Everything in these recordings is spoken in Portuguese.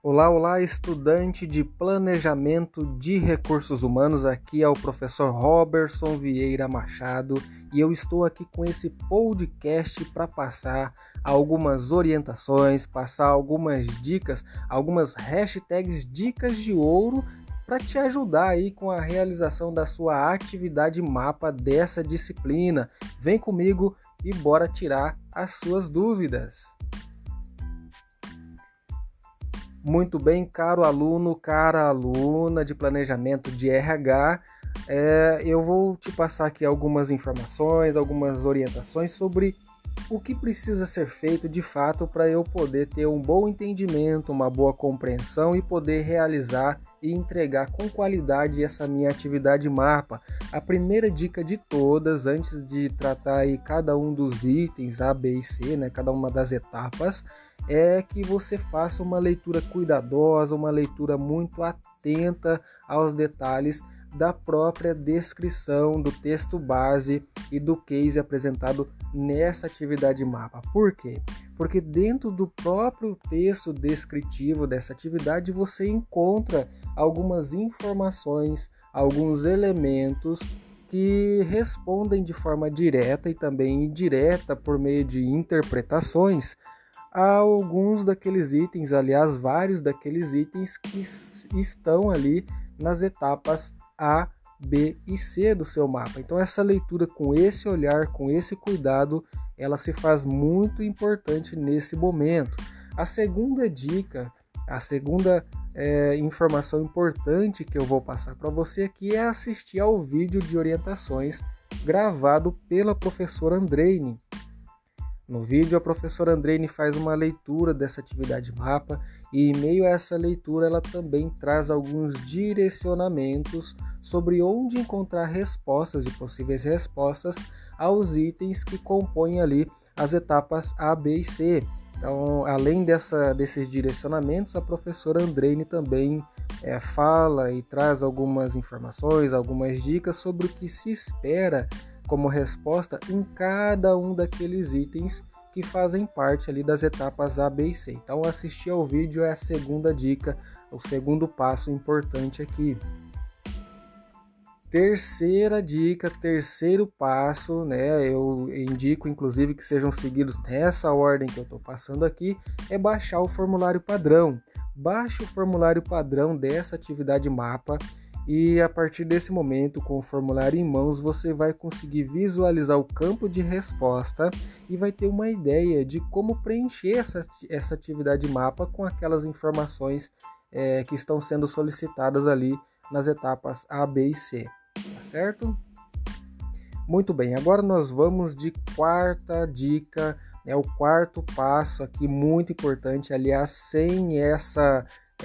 Olá, olá, estudante de Planejamento de Recursos Humanos. Aqui é o professor Robertson Vieira Machado e eu estou aqui com esse podcast para passar algumas orientações, passar algumas dicas, algumas hashtags dicas de ouro para te ajudar aí com a realização da sua atividade mapa dessa disciplina. Vem comigo e bora tirar as suas dúvidas. Muito bem, caro aluno, cara aluna de planejamento de RH, eu vou te passar aqui algumas informações, algumas orientações sobre o que precisa ser feito de fato para eu poder ter um bom entendimento, uma boa compreensão e poder realizar e entregar com qualidade essa minha atividade mapa. A primeira dica de todas, antes de tratar aí cada um dos itens A, B e C, né, cada uma das etapas, é que você faça uma leitura cuidadosa, uma leitura muito atenta aos detalhes da própria descrição do texto base e do case apresentado nessa atividade mapa. Por quê? Porque dentro do próprio texto descritivo dessa atividade você encontra algumas informações, alguns elementos que respondem de forma direta e também indireta por meio de interpretações a alguns daqueles itens, aliás, vários daqueles itens que estão ali nas etapas A, B e C do seu mapa. Então essa leitura com esse olhar, com esse cuidado, ela se faz muito importante nesse momento. A segunda dica, a segunda informação importante que eu vou passar para você aqui é assistir ao vídeo de orientações gravado pela professora Andreine. No vídeo, a professora Andreine faz uma leitura dessa atividade mapa e, em meio a essa leitura, ela também traz alguns direcionamentos sobre onde encontrar respostas e possíveis respostas aos itens que compõem ali as etapas A, B e C. Então, além desses direcionamentos, a professora Andreine também fala e traz algumas informações, algumas dicas sobre o que se espera como resposta em cada um daqueles itens que fazem parte ali das etapas A, B e C. Então, assistir ao vídeo é a segunda dica, o segundo passo importante aqui. Terceira dica, terceiro passo, né? Eu indico inclusive que sejam seguidos nessa ordem que eu estou passando aqui, é baixar o formulário padrão. Baixe o formulário padrão dessa atividade mapa. E a partir desse momento, com o formulário em mãos, você vai conseguir visualizar o campo de resposta e vai ter uma ideia de como preencher essa atividade mapa com aquelas informações que estão sendo solicitadas ali nas etapas A, B e C, tá certo? Muito bem, agora nós vamos de quarta dica, o quarto passo aqui, muito importante, aliás, sem essa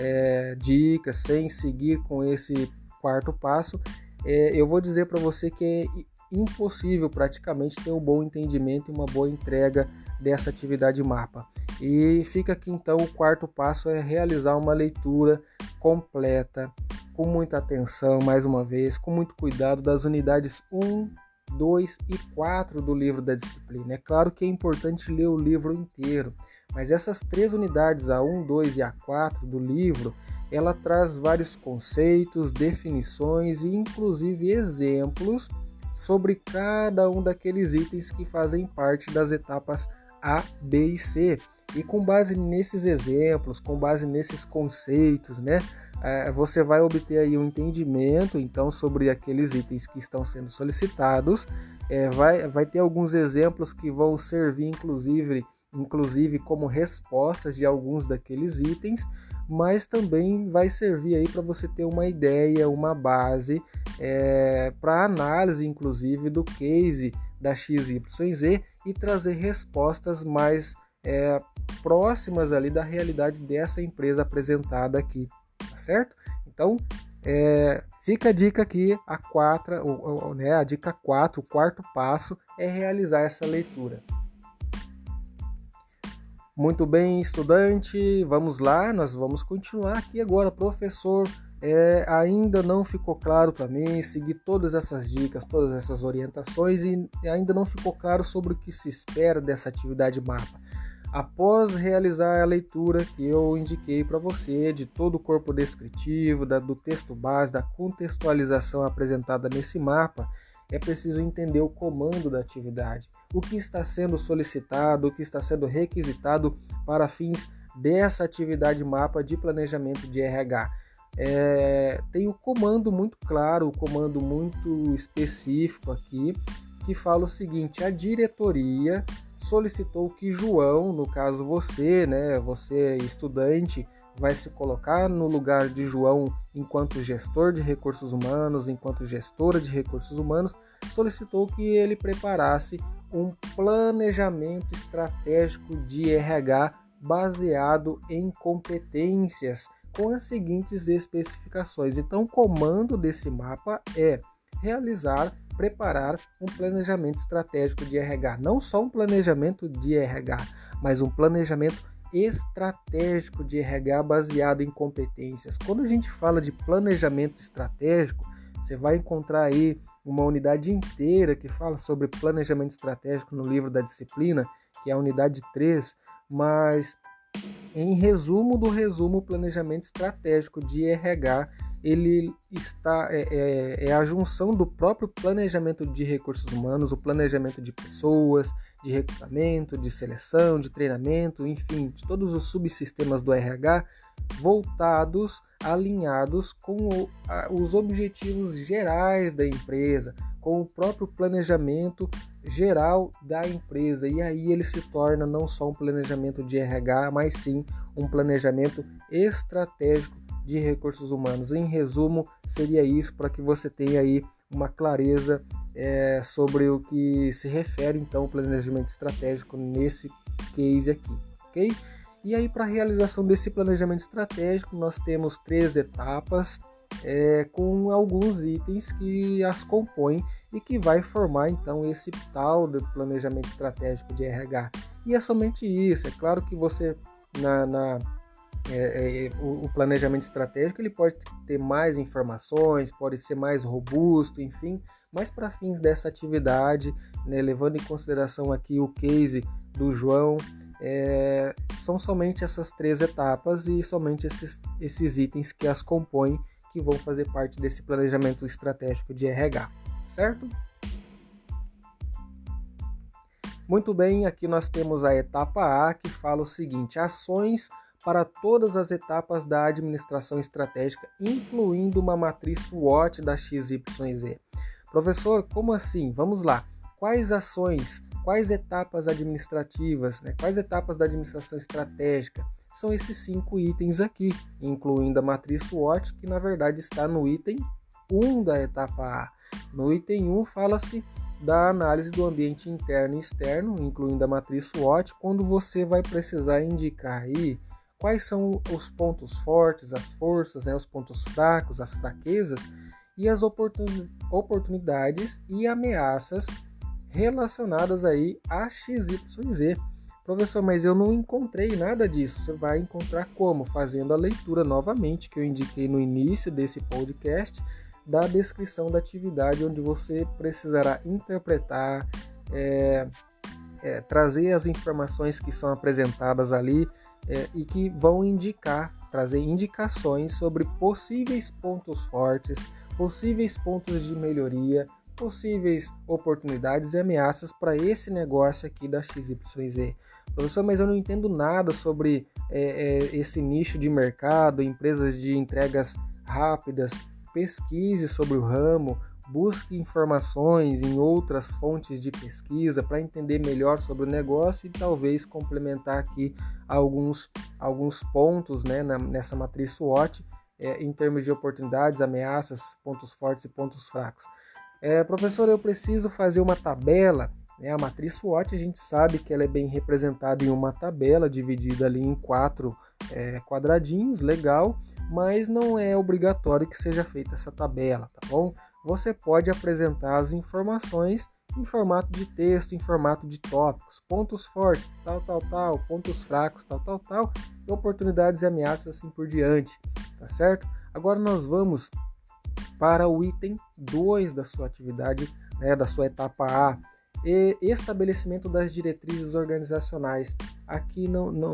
dica, sem seguir com esse quarto passo, eu vou dizer para você que é impossível praticamente ter um bom entendimento e uma boa entrega dessa atividade mapa. E fica aqui então o quarto passo é realizar uma leitura completa, com muita atenção, mais uma vez, com muito cuidado das unidades 1, 2 e 4 do livro da disciplina. É claro que é importante ler o livro inteiro, mas essas três unidades, a 1, 2 e a 4 do livro, ela traz vários conceitos, definições e inclusive exemplos sobre cada um daqueles itens que fazem parte das etapas A, B e C. E com base nesses exemplos, com base nesses conceitos, né, você vai obter aí um entendimento então sobre aqueles itens que estão sendo solicitados. Vai ter alguns exemplos que vão servir inclusive como respostas de alguns daqueles itens, mas também vai servir aí para você ter uma ideia, uma base para análise, inclusive, do case da XYZ e trazer respostas mais próximas ali da realidade dessa empresa apresentada aqui, tá certo? Então, fica a dica aqui, a dica 4, o quarto passo é realizar essa leitura. Muito bem, estudante, vamos lá, nós vamos continuar aqui agora. Professor, ainda não ficou claro para mim, seguir todas essas dicas, todas essas orientações e ainda não ficou claro sobre o que se espera dessa atividade mapa. Após realizar a leitura que eu indiquei para você de todo o corpo descritivo, do texto base, da contextualização apresentada nesse mapa, é preciso entender o comando da atividade, o que está sendo solicitado, o que está sendo requisitado para fins dessa atividade mapa de planejamento de RH. Tem o comando muito claro, o comando muito específico aqui, que fala o seguinte: a diretoria solicitou que João, no caso você, né, você estudante, vai se colocar no lugar de João enquanto gestor de recursos humanos, enquanto gestora de recursos humanos, solicitou que ele preparasse um planejamento estratégico de RH baseado em competências com as seguintes especificações. Então, o comando desse mapa é preparar um planejamento estratégico de RH. Não só um planejamento de RH, mas um planejamento estratégico de RH baseado em competências. Quando a gente fala de planejamento estratégico, você vai encontrar aí uma unidade inteira que fala sobre planejamento estratégico no livro da disciplina, que é a unidade 3, mas em resumo do resumo, o planejamento estratégico de RH ele é a junção do próprio planejamento de recursos humanos, o planejamento de pessoas, de recrutamento, de seleção, de treinamento, enfim, de todos os subsistemas do RH voltados, alinhados com os objetivos gerais da empresa, com o próprio planejamento geral da empresa. E aí ele se torna não só um planejamento de RH, mas sim um planejamento estratégico de recursos humanos. Em resumo, seria isso, para que você tenha aí uma clareza sobre o que se refere então ao planejamento estratégico nesse case aqui, ok? E aí, para a realização desse planejamento estratégico, nós temos 3 etapas com alguns itens que as compõem e que vai formar então esse tal do planejamento estratégico de RH. E é somente isso. É claro que você o planejamento estratégico ele pode ter mais informações, pode ser mais robusto, enfim, mas para fins dessa atividade, né, levando em consideração aqui o case do João, são somente essas 3 etapas e somente esses itens que as compõem que vão fazer parte desse planejamento estratégico de RH, certo? Muito bem, aqui nós temos a etapa A, que fala o seguinte: ações para todas as etapas da administração estratégica, incluindo uma matriz SWOT da XYZ. Professor, como assim? Vamos lá. Quais ações, quais etapas administrativas, né? Quais etapas da administração estratégica? São esses 5 itens aqui, incluindo a matriz SWOT, que na verdade está no item 1 da etapa A. No item 1 fala-se da análise do ambiente interno e externo, incluindo a matriz SWOT, quando você vai precisar indicar aí quais são os pontos fortes, as forças, né, os pontos fracos, as fraquezas e as oportunidades e ameaças relacionadas aí a XYZ. Professor, mas eu não encontrei nada disso. Você vai encontrar como? Fazendo a leitura novamente, que eu indiquei no início desse podcast, da descrição da atividade, onde você precisará interpretar, trazer as informações que são apresentadas ali e que vão trazer indicações sobre possíveis pontos fortes, possíveis pontos de melhoria, possíveis oportunidades e ameaças para esse negócio aqui da XYZ. Professor, mas eu não entendo nada sobre esse nicho de mercado, empresas de entregas rápidas. Pesquise sobre o ramo, busque informações em outras fontes de pesquisa para entender melhor sobre o negócio e talvez complementar aqui alguns pontos, né, nessa matriz SWOT em termos de oportunidades, ameaças, pontos fortes e pontos fracos. Professor, eu preciso fazer uma tabela. A matriz SWOT a gente sabe que ela é bem representada em uma tabela dividida ali em 4 quadradinhos, legal, mas não é obrigatório que seja feita essa tabela, tá bom? Você pode apresentar as informações em formato de texto, em formato de tópicos, pontos fortes, tal, pontos fracos, tal, e oportunidades e ameaças assim por diante, tá certo? Agora nós vamos para o item 2 da sua atividade, né, da sua etapa A, e estabelecimento das diretrizes organizacionais. Aqui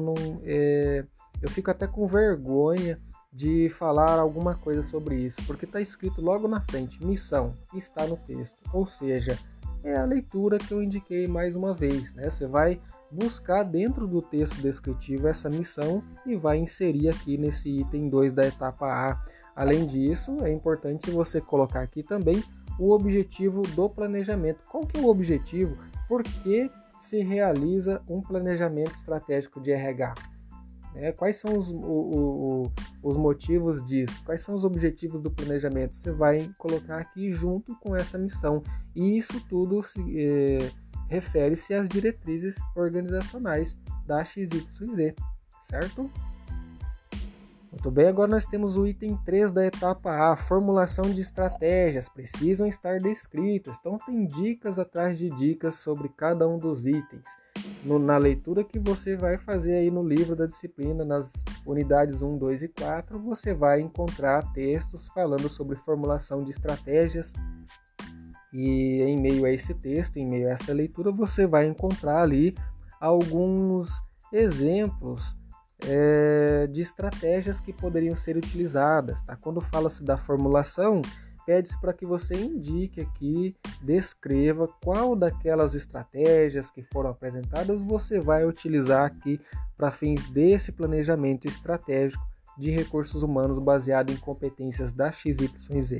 eu fico até com vergonha de falar alguma coisa sobre isso, porque está escrito logo na frente, missão, está no texto. Ou seja, é a leitura que eu indiquei mais uma vez, né? Você vai buscar dentro do texto descritivo essa missão e vai inserir aqui nesse item 2 da etapa A. Além disso, é importante você colocar aqui também o objetivo do planejamento. Qual que é o objetivo? Por que se realiza um planejamento estratégico de RH? Quais são os motivos disso? Quais são os objetivos do planejamento? Você vai colocar aqui junto com essa missão. E isso tudo refere-se às diretrizes organizacionais da XYZ, certo? Muito bem, agora nós temos o item 3 da etapa A, formulação de estratégias, precisam estar descritas. Então tem dicas atrás de dicas sobre cada um dos itens. Na leitura que você vai fazer aí no livro da disciplina, nas unidades 1, 2 e 4, você vai encontrar textos falando sobre formulação de estratégias. E em meio a esse texto, em meio a essa leitura, você vai encontrar ali alguns exemplos de estratégias que poderiam ser utilizadas. Tá? Quando fala-se da formulação, pede-se para que você indique aqui, descreva qual daquelas estratégias que foram apresentadas você vai utilizar aqui para fins desse planejamento estratégico de recursos humanos baseado em competências da XYZ.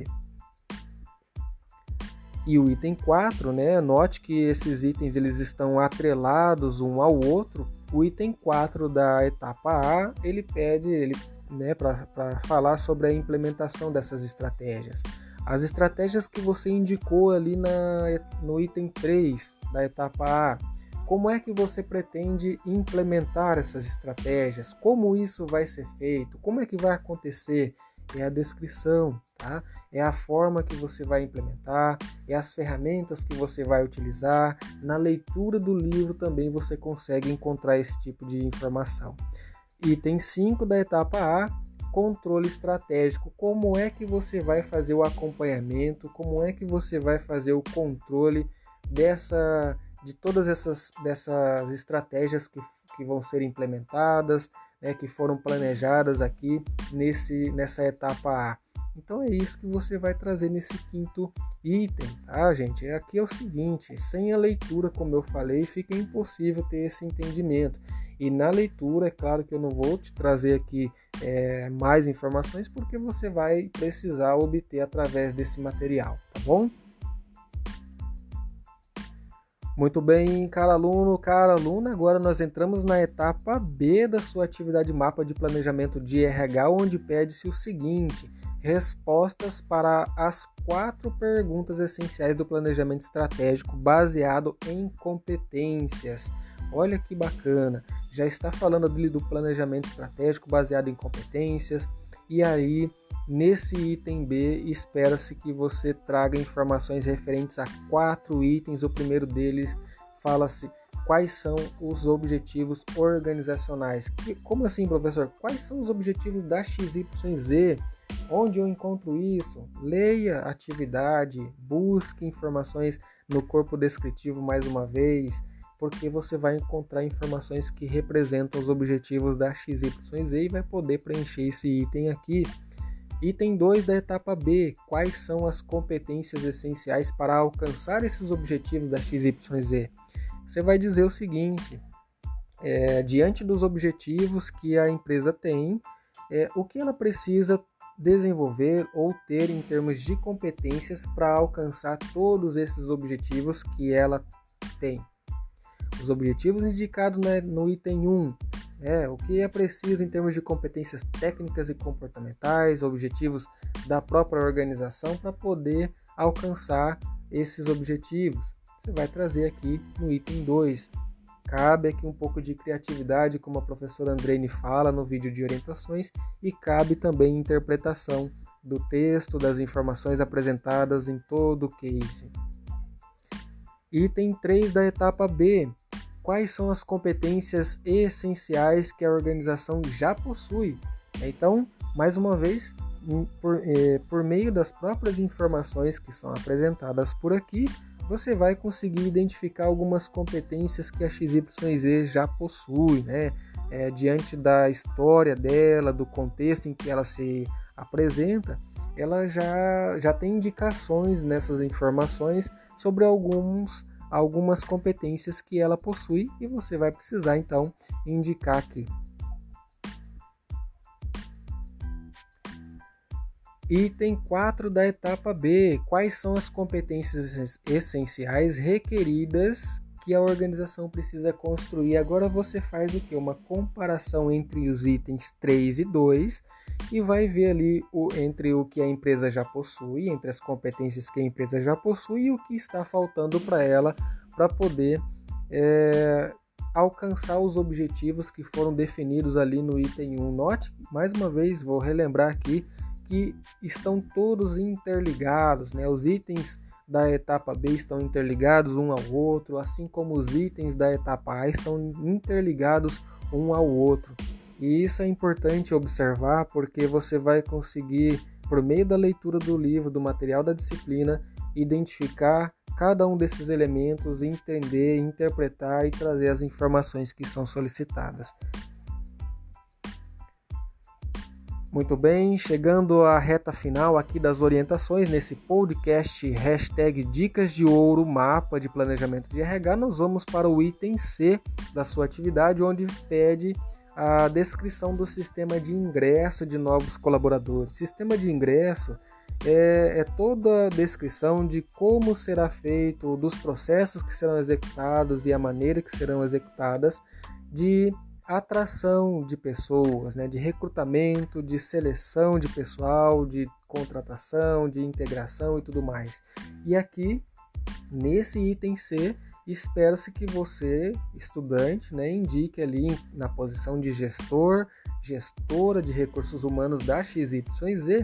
E o item 4, note que esses itens eles estão atrelados um ao outro. O item 4 da etapa A, ele pede para falar sobre a implementação dessas estratégias. As estratégias que você indicou ali no item 3 da etapa A, como é que você pretende implementar essas estratégias? Como isso vai ser feito? Como é que vai acontecer? É a descrição, tá? É a forma que você vai implementar, é as ferramentas que você vai utilizar. Na leitura do livro também você consegue encontrar esse tipo de informação. Item 5 da etapa A, controle estratégico. Como é que você vai fazer o acompanhamento? Como é que você vai fazer o controle de todas dessas estratégias que vão ser implementadas, que foram planejadas aqui nessa etapa A. Então é isso que você vai trazer nesse 5º item, tá, gente? Aqui é o seguinte, sem a leitura, como eu falei, fica impossível ter esse entendimento. E na leitura, é claro que eu não vou te trazer aqui mais informações, porque você vai precisar obter através desse material, tá bom? Muito bem, cara aluno, cara aluna, agora nós entramos na etapa B da sua atividade mapa de planejamento de RH, onde pede-se o seguinte: respostas para as 4 perguntas essenciais do planejamento estratégico baseado em competências. Olha que bacana, já está falando ali do planejamento estratégico baseado em competências, e aí nesse item B, espera-se que você traga informações referentes a 4 itens. O primeiro deles fala-se quais são os objetivos organizacionais. Como assim, professor? Quais são os objetivos da XYZ? Onde eu encontro isso? Leia a atividade, busque informações no corpo descritivo mais uma vez, porque você vai encontrar informações que representam os objetivos da XYZ e vai poder preencher esse item aqui. Item 2 da etapa B, quais são as competências essenciais para alcançar esses objetivos da XYZ? Você vai dizer o seguinte, diante dos objetivos que a empresa tem, o que ela precisa desenvolver ou ter em termos de competências para alcançar todos esses objetivos que ela tem. Os objetivos indicados no item 1, o que é preciso em termos de competências técnicas e comportamentais, objetivos da própria organização para poder alcançar esses objetivos. Você vai trazer aqui no item 2. Cabe aqui um pouco de criatividade, como a professora Andreine fala no vídeo de orientações, e cabe também interpretação do texto, das informações apresentadas em todo o case. Item 3 da etapa B. Quais são as competências essenciais que a organização já possui? Então, mais uma vez, por meio das próprias informações que são apresentadas por aqui, você vai conseguir identificar algumas competências que a XYZ já possui, né? Diante da história dela, do contexto em que ela se apresenta, ela já tem indicações nessas informações sobre algumas competências que ela possui e você vai precisar então indicar aqui. Item 4 da etapa B. Quais são as competências essenciais requeridas que a organização precisa construir? Agora você faz o quê? Uma comparação entre os itens 3 e 2 e vai ver ali entre o que a empresa já possui, entre as competências que a empresa já possui e o que está faltando para ela para poder alcançar os objetivos que foram definidos ali no item 1. Note, mais uma vez, vou relembrar aqui, que estão todos interligados, né? Os itens da etapa B estão interligados um ao outro, assim como os itens da etapa A estão interligados um ao outro. E isso é importante observar porque você vai conseguir, por meio da leitura do livro, do material da disciplina, identificar cada um desses elementos, entender, interpretar e trazer as informações que são solicitadas. Muito bem, chegando à reta final aqui das orientações nesse podcast #Dicas de Ouro Mapa de Planejamento de RH, nós vamos para o item C da sua atividade, onde pede a descrição do sistema de ingresso de novos colaboradores. Sistema de ingresso é toda a descrição de como será feito, dos processos que serão executados e a maneira que serão executadas de atração de pessoas, né, de recrutamento, de seleção de pessoal, de contratação, de integração e tudo mais. E aqui, nesse item C, espera-se que você, estudante, né, indique ali na posição de gestora de recursos humanos da XYZ,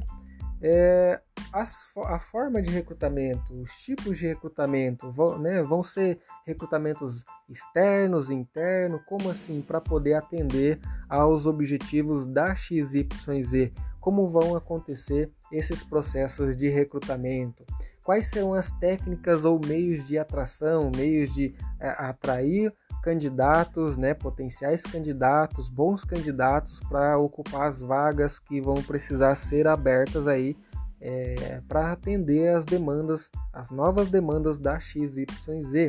a forma de recrutamento, os tipos de recrutamento, vão ser recrutamentos externos, internos, como assim? Para poder atender aos objetivos da XYZ, como vão acontecer esses processos de recrutamento, quais serão as técnicas ou meios de atração, meios de atrair candidatos, né, potenciais candidatos, bons candidatos para ocupar as vagas que vão precisar ser abertas aí para atender as demandas, as novas demandas da XYZ.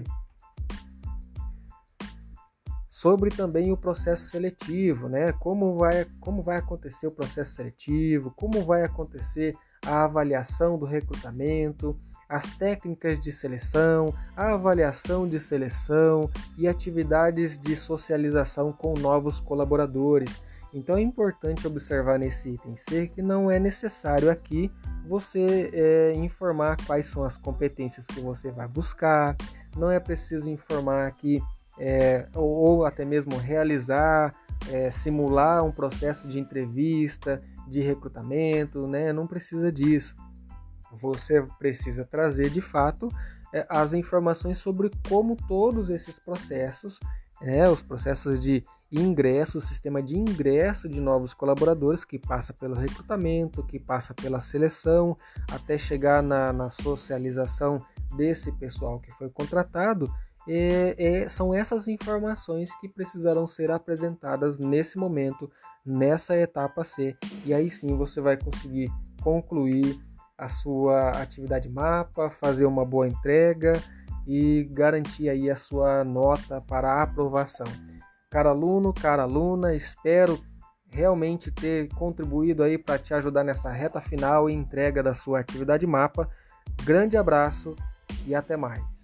Sobre também o processo seletivo, né? Como vai acontecer o processo seletivo, como vai acontecer a avaliação do recrutamento, as técnicas de seleção, a avaliação de seleção e atividades de socialização com novos colaboradores. Então é importante observar nesse item C que não é necessário aqui você informar quais são as competências que você vai buscar, não é preciso informar aqui ou até mesmo realizar, simular um processo de entrevista, de recrutamento, né? Não precisa disso. Você precisa trazer de fato as informações sobre como todos esses processos, os processos de ingresso, o sistema de ingresso de novos colaboradores, que passa pelo recrutamento, que passa pela seleção, até chegar na socialização desse pessoal que foi contratado, são essas informações que precisarão ser apresentadas nesse momento, nessa etapa C, e aí sim você vai conseguir concluir a sua atividade mapa, fazer uma boa entrega e garantir aí a sua nota para a aprovação. Caro aluno, cara aluna, espero realmente ter contribuído aí para te ajudar nessa reta final e entrega da sua atividade mapa. Grande abraço e até mais.